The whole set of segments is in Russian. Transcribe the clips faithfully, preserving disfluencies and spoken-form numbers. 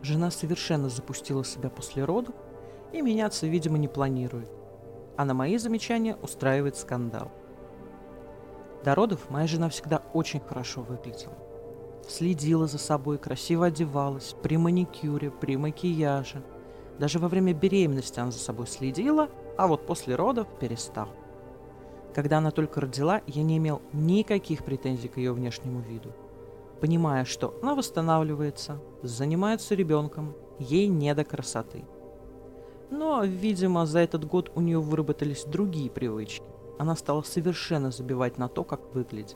Жена совершенно запустила себя после родов и меняться, видимо, не планирует. А на мои замечания устраивает скандал. До родов моя жена всегда очень хорошо выглядела. Следила за собой, красиво одевалась, при маникюре, при макияже. Даже во время беременности она за собой следила, а вот после родов перестала. Когда она только родила, я не имел никаких претензий к ее внешнему виду. Понимая, что она восстанавливается, занимается ребенком, ей не до красоты. Но, видимо, за этот год у нее выработались другие привычки. Она стала совершенно забивать на то, как выглядит.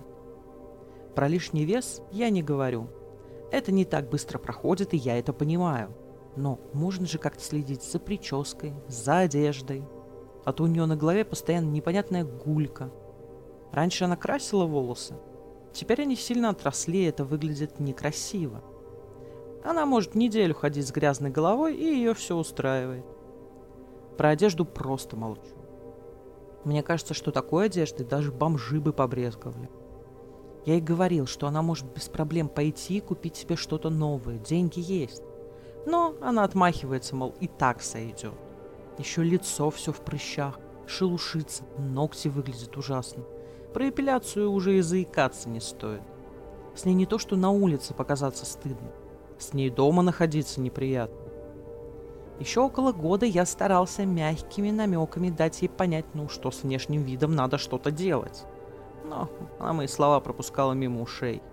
Про лишний вес я не говорю. Это не так быстро проходит, и я это понимаю. Но можно же как-то следить за прической, за одеждой. А то у нее на голове постоянно непонятная гулька. Раньше она красила волосы. Теперь они сильно отросли, и это выглядит некрасиво. Она может неделю ходить с грязной головой, и ее все устраивает. Про одежду просто молчу. Мне кажется, что такой одеждой даже бомжи бы побрезговали. Я ей говорил, что она может без проблем пойти и купить себе что-то новое, деньги есть. Но она отмахивается, мол, и так сойдет. Еще лицо все в прыщах, шелушится, ногти выглядят ужасно. Про эпиляцию уже и заикаться не стоит. С ней не то, что на улице показаться стыдно. С ней дома находиться неприятно. Еще около года я старался мягкими намеками дать ей понять, ну, что с внешним видом надо что-то делать. Но она мои слова пропускала мимо ушей.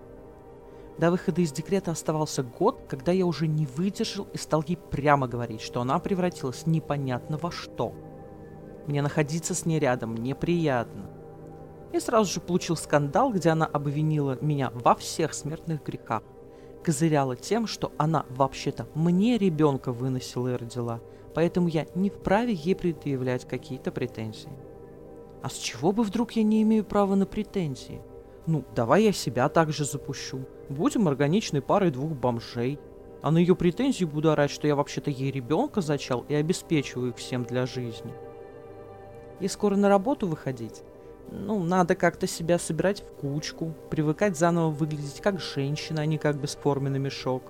До выхода из декрета оставался год, когда я уже не выдержал и стал ей прямо говорить, что она превратилась непонятно во что. Мне находиться с ней рядом неприятно. И сразу же получил скандал, где она обвинила меня во всех смертных грехах. Козыряла тем, что она вообще-то мне ребенка выносила и родила, поэтому я не вправе ей предъявлять какие-то претензии. А с чего бы вдруг я не имею права на претензии? Ну, давай я себя также запущу. Будем органичной парой двух бомжей. А на ее претензии буду орать, что я вообще-то ей ребенка зачал и обеспечиваю их всем для жизни. И скоро на работу выходить? Ну, надо как-то себя собирать в кучку, привыкать заново выглядеть как женщина, а не как бесформенный мешок.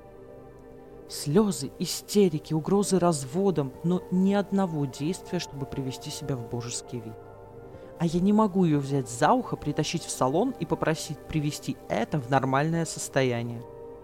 Слезы, истерики, угрозы разводом, но ни одного действия, чтобы привести себя в божеский вид. А я не могу ее взять за ухо, притащить в салон и попросить привести это в нормальное состояние.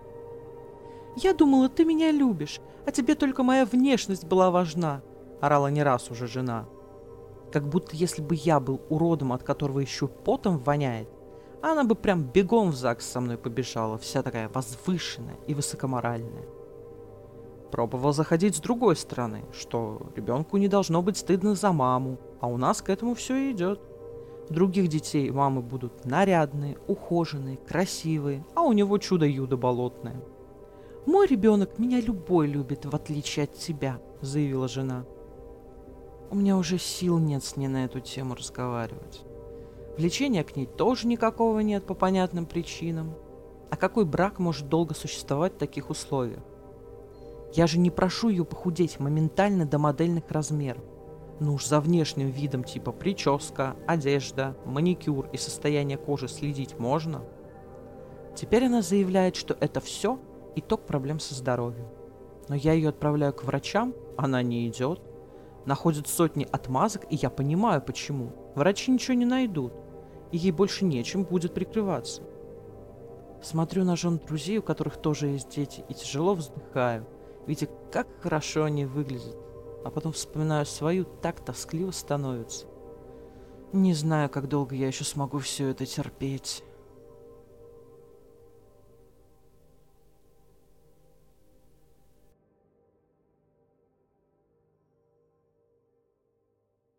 «Я думала, ты меня любишь, а тебе только моя внешность была важна», — орала не раз уже жена. Как будто если бы я был уродом, от которого еще потом воняет, она бы прям бегом в ЗАГС со мной побежала, вся такая возвышенная и высокоморальная. Пробовал заходить с другой стороны, что ребенку не должно быть стыдно за маму, а у нас к этому все и идет. Других детей мамы будут нарядные, ухоженные, красивые, а у него чудо-юдо болотное. «Мой ребенок меня любой любит, в отличие от тебя», — заявила жена. У меня уже сил нет с ней на эту тему разговаривать. Влечения к ней тоже никакого нет по понятным причинам. А какой брак может долго существовать в таких условиях? Я же не прошу ее похудеть моментально до модельных размеров. Ну уж за внешним видом типа прическа, одежда, маникюр и состояние кожи следить можно. Теперь она заявляет, что это все итог проблем со здоровьем. Но я ее отправляю к врачам, она не идет. Находят сотни отмазок, и я понимаю, почему. Врачи ничего не найдут, и ей больше нечем будет прикрываться. Смотрю на жен друзей, у которых тоже есть дети, и тяжело вздыхаю, видя, как хорошо они выглядят. А потом вспоминаю свою, так тоскливо становится. Не знаю, как долго я еще смогу все это терпеть.